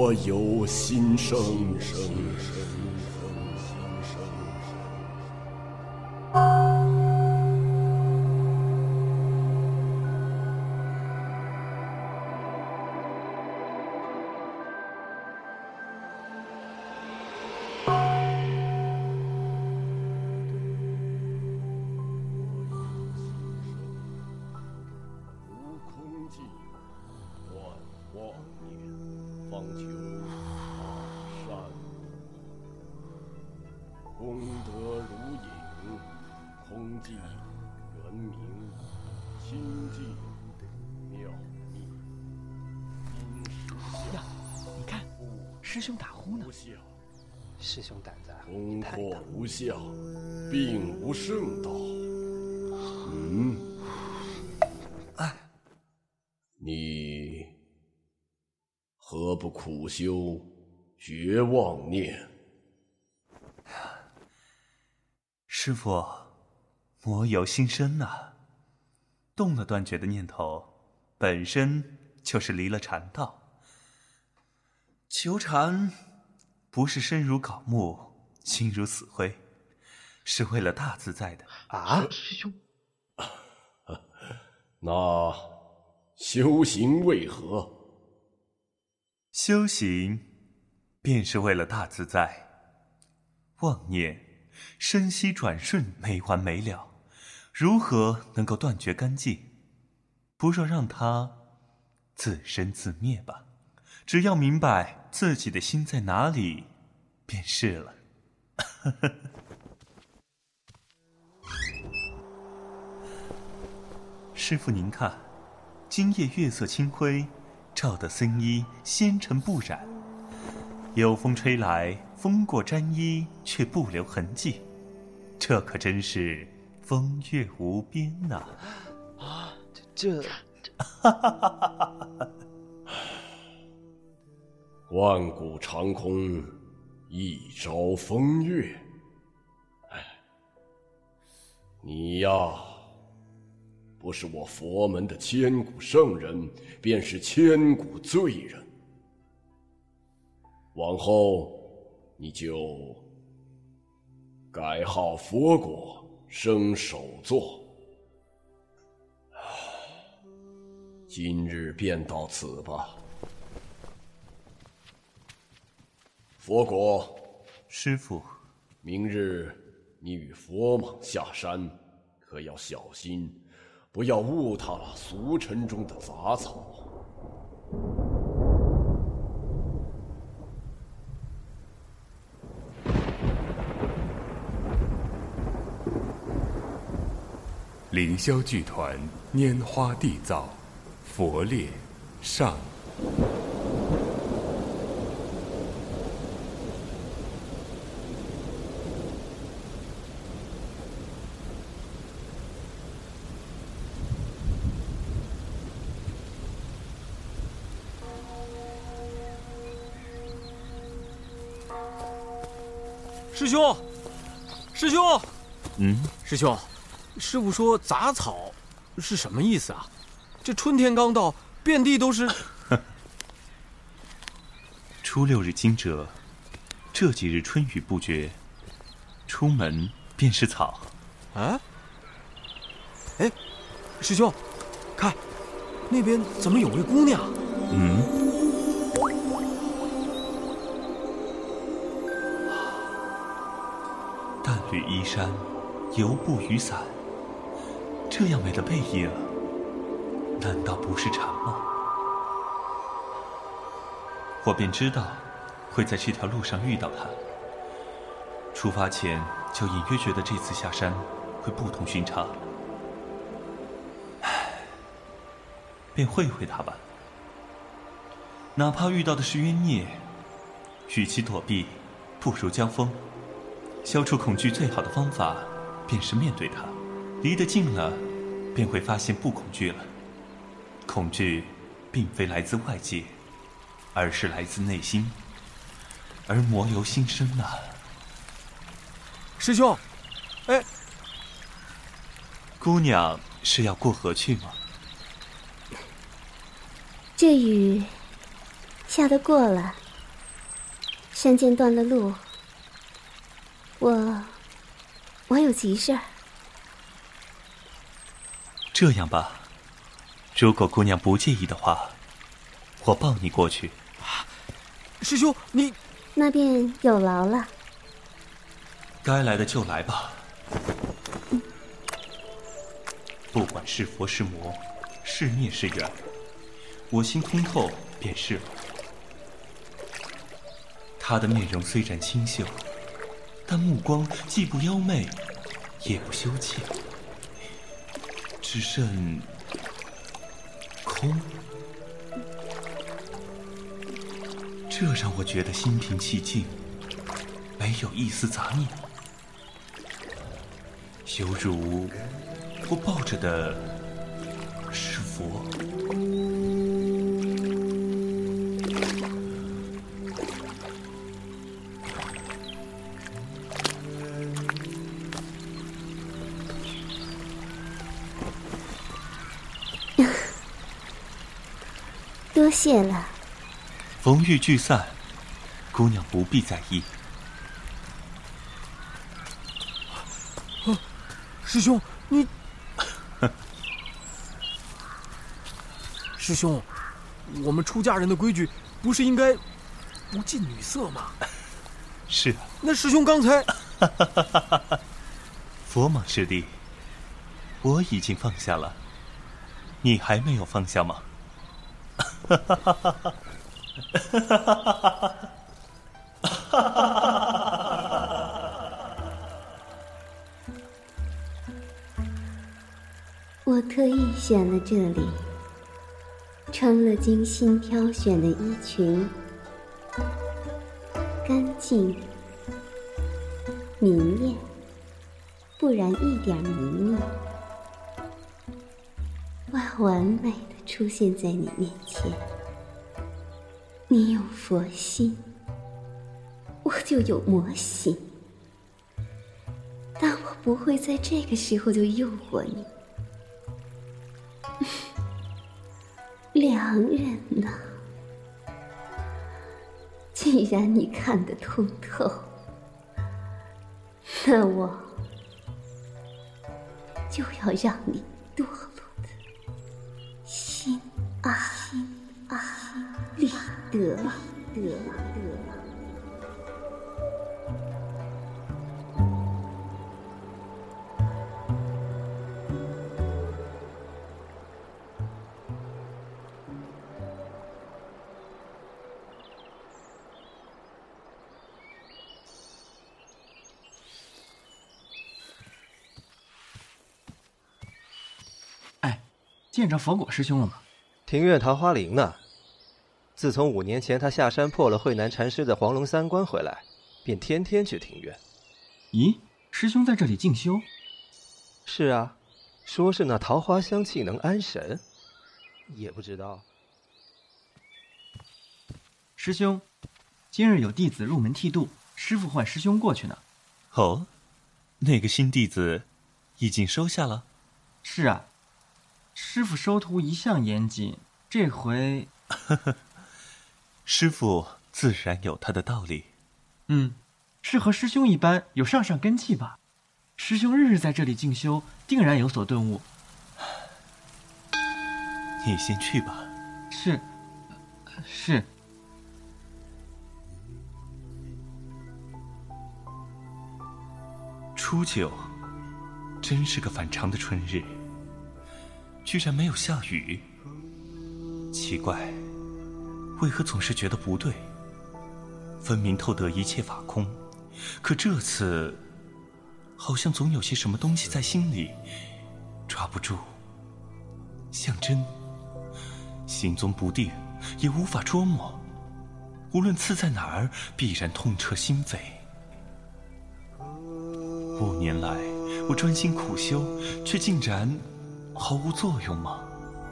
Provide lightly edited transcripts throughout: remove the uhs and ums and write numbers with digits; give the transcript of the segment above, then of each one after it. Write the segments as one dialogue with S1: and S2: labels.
S1: 莫有心生。方求善，功德如影，空寂圆明，清净妙密。
S2: 呀，你看，师兄打呼呢。
S3: 师兄胆子
S1: 功
S3: 太大。
S1: 阔无相，并无圣道。你何不苦修绝妄念？
S4: 师父，魔由心生呐，动了断绝的念头，本身就是离了禅道。求禅不是身如槁木，心如死灰，是为了大自在的
S3: 啊！
S2: 师兄，
S1: 那修行为何？
S4: 修行便是为了大自在，妄念生息转瞬，没完没了，如何能够断绝干净？不若让它自生自灭吧，只要明白自己的心在哪里便是了。师父您看，今夜月色清辉，照得僧衣纤尘不染，有风吹来，风过沾衣，却不留痕迹，这可真是风月无边呐！
S3: 这
S1: 万古长空，一朝风月。你呀，不是我佛门的千古圣人，便是千古罪人。往后你就改号佛果，生首座。今日便到此吧。佛果，
S4: 师父，
S1: 明日你与佛蟒下山，可要小心，不要误踏了俗尘中的杂草。
S5: 凌霄剧团拈花缔造，佛烈上。
S2: 师兄，师兄，
S4: 嗯，
S2: 师兄，师父说杂草是什么意思啊？这春天刚到，遍地都是。
S4: 初6日惊蛰，这几日春雨不绝，出门便是草。
S2: 啊？哎，师兄，看，那边怎么有位姑娘？
S4: 淡绿衣衫，油布雨伞，这样美的背影，难道不是禅吗？我便知道会在这条路上遇到她。出发前就隐约觉得这次下山会不同寻常，便会她吧。哪怕遇到的是冤孽，与其躲避，不如交锋。消除恐惧最好的方法便是面对它，离得近了便会发现不恐惧了。恐惧并非来自外界，而是来自内心，而魔由心生啊。
S2: 师兄，哎，
S4: 姑娘是要过河去吗？
S6: 这雨下得过了， 山涧断了路，我有急事儿。
S4: 这样吧，如果姑娘不介意的话，我抱你过去。
S2: 师兄，你
S6: 那便有劳了。
S4: 该来的就来吧。不管是佛是魔，是孽是缘，我心通透便是了。她的面容虽然清秀，但目光既不妖媚，也不羞怯，只剩空。这让我觉得心平气静，没有一丝杂念，犹如我抱着的是佛。
S6: 多谢了。
S4: 逢遇聚散，姑娘不必在意。
S2: 师兄，你师兄，我们出家人的规矩不是应该不近女色吗？
S4: 是啊。
S2: 那师兄刚才
S4: 佛莽师弟，我已经放下了，你还没有放下吗？
S6: 我特意选了这里，穿了精心挑选的衣裙，干净明艳，不染一点泥泞，我完美的出现在你面前。你有佛心，我就有魔心，但我不会在这个时候就诱惑你。良人呐，既然你看得通透，那我就要让你堕落的心安理得。
S7: 见着佛果师兄了吗？
S3: 庭院桃花林呢。自从5年前他下山破了慧南禅师的黄龙三关回来，便天天去庭院。
S7: 咦，师兄在这里静修？
S3: 是啊，说是那桃花香气能安神，也不知道。
S7: 师兄，今日有弟子入门剃度，师父唤师兄过去呢。
S4: 哦，那个新弟子已经收下了？
S7: 是啊，师父收徒一向严谨，这回
S4: 师父自然有他的道理。
S7: 是和师兄一般有上根器吧？师兄日日在这里静修，定然有所顿悟。
S4: 你先去吧。
S7: 是。
S4: 初九，真是个反常的春日，居然没有下雨。奇怪，为何总是觉得不对？分明透得一切法空，可这次好像总有些什么东西在心里抓不住，像针，行踪不定，也无法捉摸。无论刺在哪儿，必然痛彻心扉。5年来，我专心苦修，却竟然毫无作用吗？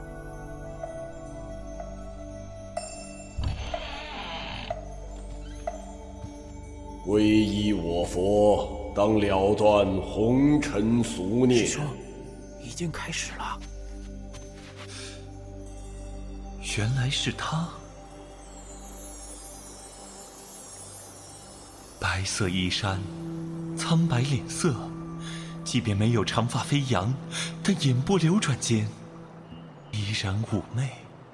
S1: 皈依我佛，当了断红尘俗孽。
S2: 师兄，已经开始了。
S4: 原来是他。 白色衣衫，苍白脸色，即便没有长发飞扬，但眼波流转间依然妩媚。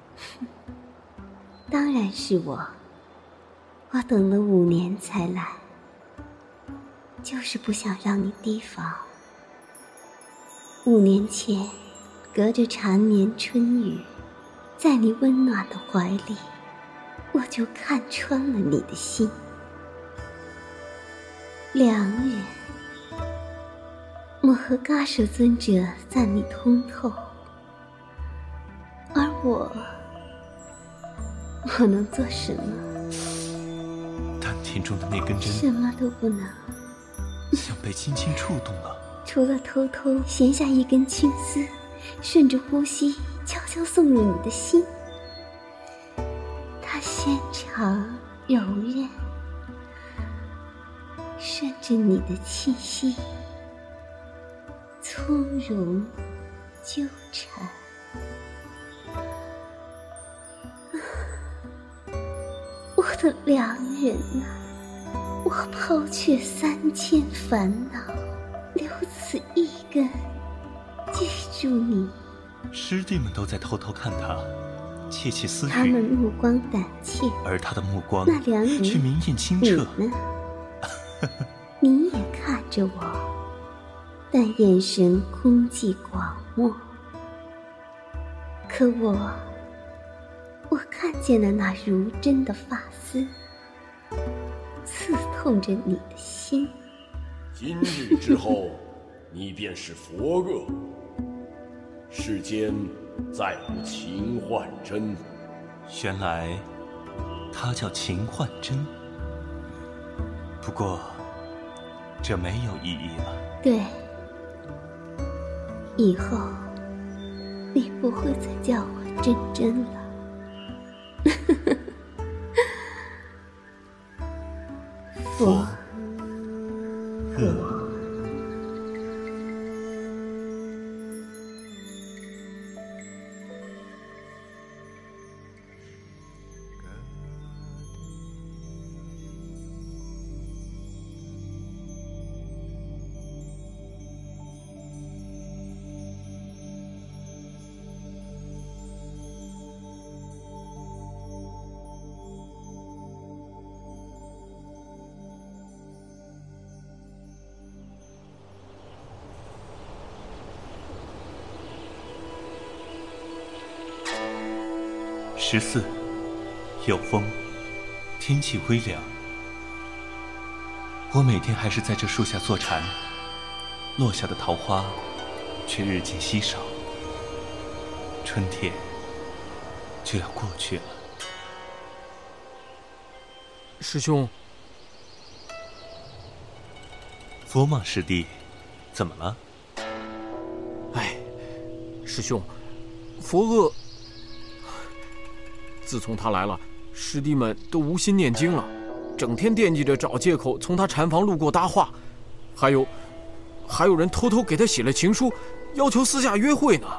S6: 当然是我等了5年才来，就是不想让你提防。5年前，隔着缠绵春雨，在你温暖的怀里，我就看穿了你的心。2人，我和嘎舍尊者赞你通透，而我能做什么？
S4: 丹田中的那根针
S6: 什么都不能，
S4: 像被轻轻触动了，
S6: 除了偷偷衔下一根青丝，顺着呼吸悄悄送入你的心。它纤长柔韧，顺着你的气息从容纠缠。我的良人啊，我抛却3000烦恼，留此一根，记住你。
S4: 师弟们都在偷偷看他，窃窃私语。
S6: 他们目光胆怯，
S4: 而他的目光
S6: 那良人
S4: 却明艳清
S6: 你
S4: 澈。
S6: 呢？你也看着我，但眼神空寂广漠。可我看见了那如针的发丝，刺痛着你的心。
S1: 今日之后，你便是佛厄，世间再无秦焕真。
S4: 原来他叫秦焕真，不过这没有意义了。
S6: 对，以后你不会再叫我真真了。佛厄。
S4: 14，有风，天气微凉。我每天还是在这树下坐禅，落下的桃花却日渐稀少，春天就要过去了。
S2: 师兄，
S4: 佛蟒师弟，怎么了？
S2: 哎，师兄，佛厄自从他来了，师弟们都无心念经了，整天惦记着找借口从他禅房路过搭话，还有人偷偷给他写了情书，要求私下约会呢。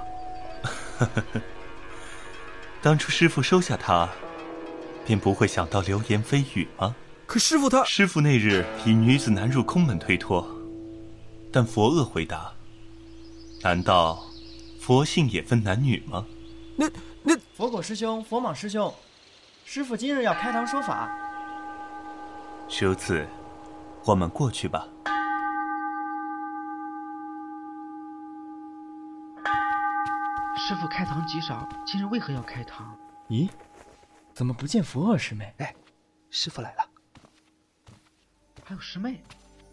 S4: 当初师父收下他，便不会想到流言蜚语吗？
S2: 可师父他……
S4: 师父那日以女子难入空门推脱，但佛厄回答：难道佛性也分男女吗？
S2: 那
S7: 佛果师兄、佛蟒师兄，师父今日要开堂说法。
S4: 如此，我们过去吧。
S7: 师父开堂极少，今日为何要开堂？
S2: 咦，
S7: 怎么不见佛厄师妹？
S3: 哎，师父来了。
S7: 还有师妹。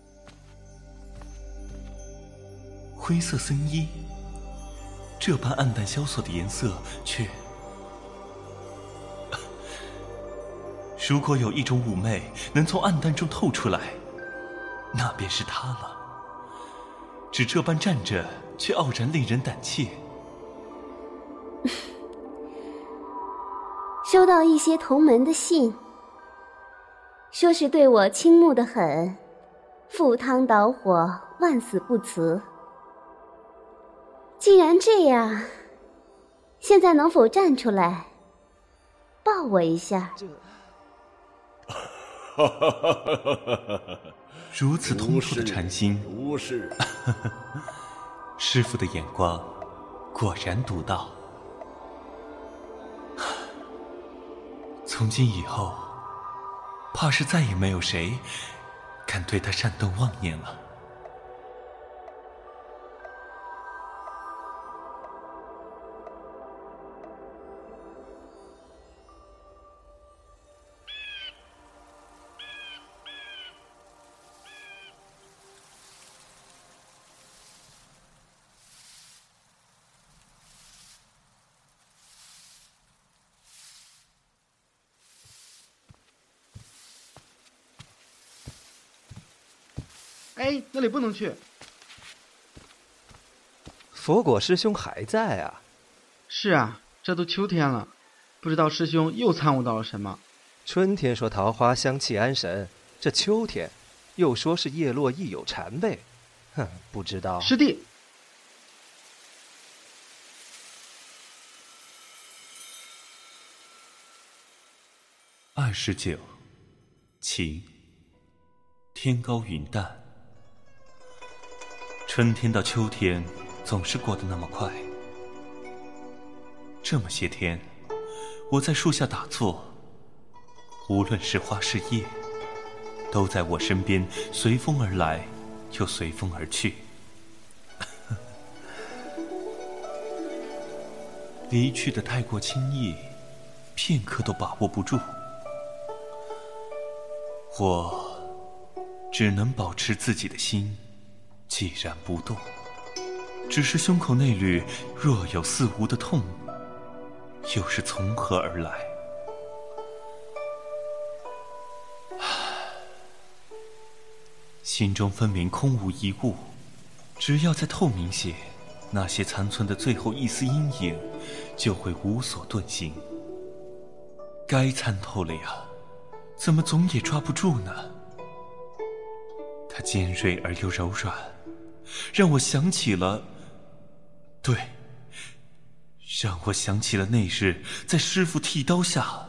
S4: 灰色僧衣，这般暗淡萧索的颜色，却……如果有一种妩媚能从暗淡中透出来，那便是她了。只这般站着，却傲然令人胆怯。
S6: 收到一些同门的信，说是对我倾慕得很，赴汤蹈火，万死不辞。既然这样，现在能否站出来抱我一下？
S4: 如此通透的禅心，
S1: 如是。
S4: 师父的眼光果然独到。从今以后，怕是再也没有谁敢对他煽动妄念了。
S8: 哎，那里不能去。
S3: 佛果师兄还在啊？
S8: 是啊，这都秋天了，不知道师兄又参悟到了什么。
S3: 春天说桃花香气安神，这秋天又说是叶落亦有禅味。哼，不知道。
S8: 师弟，
S4: 29，晴，天高云淡。春天到秋天总是过得那么快。这么些天，我在树下打坐，无论是花是叶，都在我身边随风而来，又随风而去。离去的太过轻易，片刻都把握不住。我只能保持自己的心寂然不动，只是胸口那缕若有似无的痛，又是从何而来？心中分明空无一物，只要再透明些，那些残存的最后一丝阴影就会无所遁形。该参透了呀，怎么总也抓不住呢？它尖锐而又柔软，让我想起了，对，让我想起了那日在师父剃刀下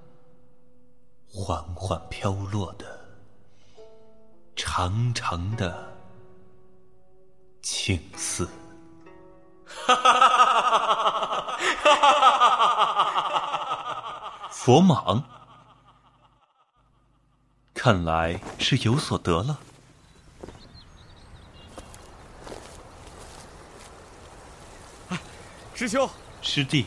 S4: 缓缓飘落的长长的青丝。佛蟒，看来是有所得了。
S2: 师兄，
S4: 师弟，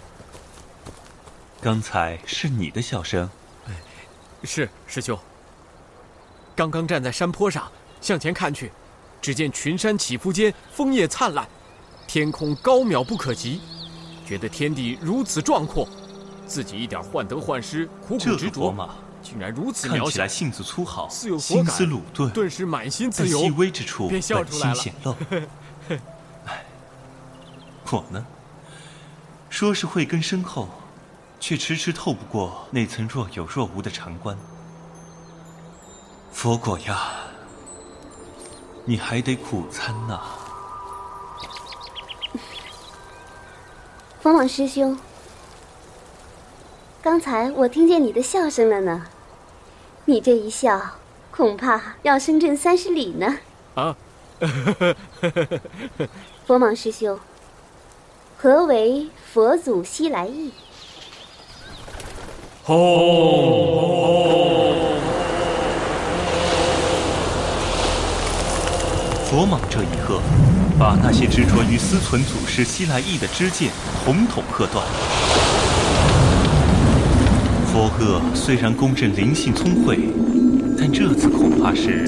S4: 刚才是你的笑声？
S2: 是师兄。刚刚站在山坡上，向前看去，只见群山起伏间枫叶灿烂，天空高渺不可及，觉得天地如此壮阔，自己一点患得患失、苦苦执着，竟然如此渺小。
S4: 看起来性子粗豪，
S2: 似有所
S4: 心
S2: 感，
S4: 思鲁钝，
S2: 顿时满心自由，
S4: 但细微之处
S2: 便笑出来了。
S4: 本性显露。我呢，说是慧根深厚，却迟迟透不过那层若有若无的禅关。佛果呀，你还得苦参呐。
S6: 佛蟒师兄，刚才我听见你的笑声了呢，你这一笑，恐怕要声震30里呢。
S2: 啊！
S6: 佛蟒师兄，何为佛祖西来意？
S4: 佛蟒这一喝，把那些执着于思存祖师西来意的支箭统统喝断。佛哥虽然公认灵性聪慧，但这次恐怕是……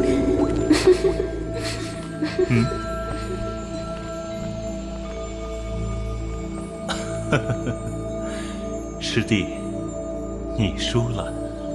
S4: 师弟，你输了。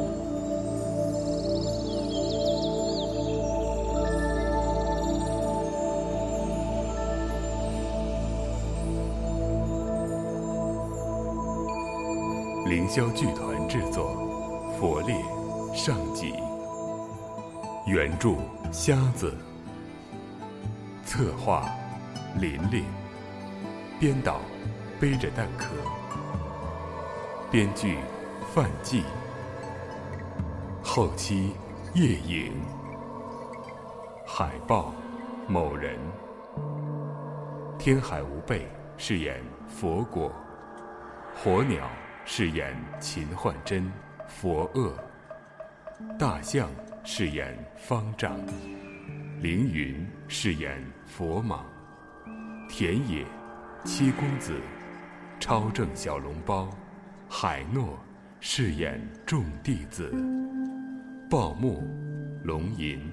S5: 凌霄剧团制作，《佛烈》上集。原著瞎子，策划琳琳，编导背着蛋壳，编剧范季， 后期夜影。海豹某人。天海无贝饰演佛果，火鸟饰演秦焕真佛厄，大象饰演方丈，凌云饰演佛蟒，田野七公子，超正小笼包，海诺饰演众弟子，豹木龙吟。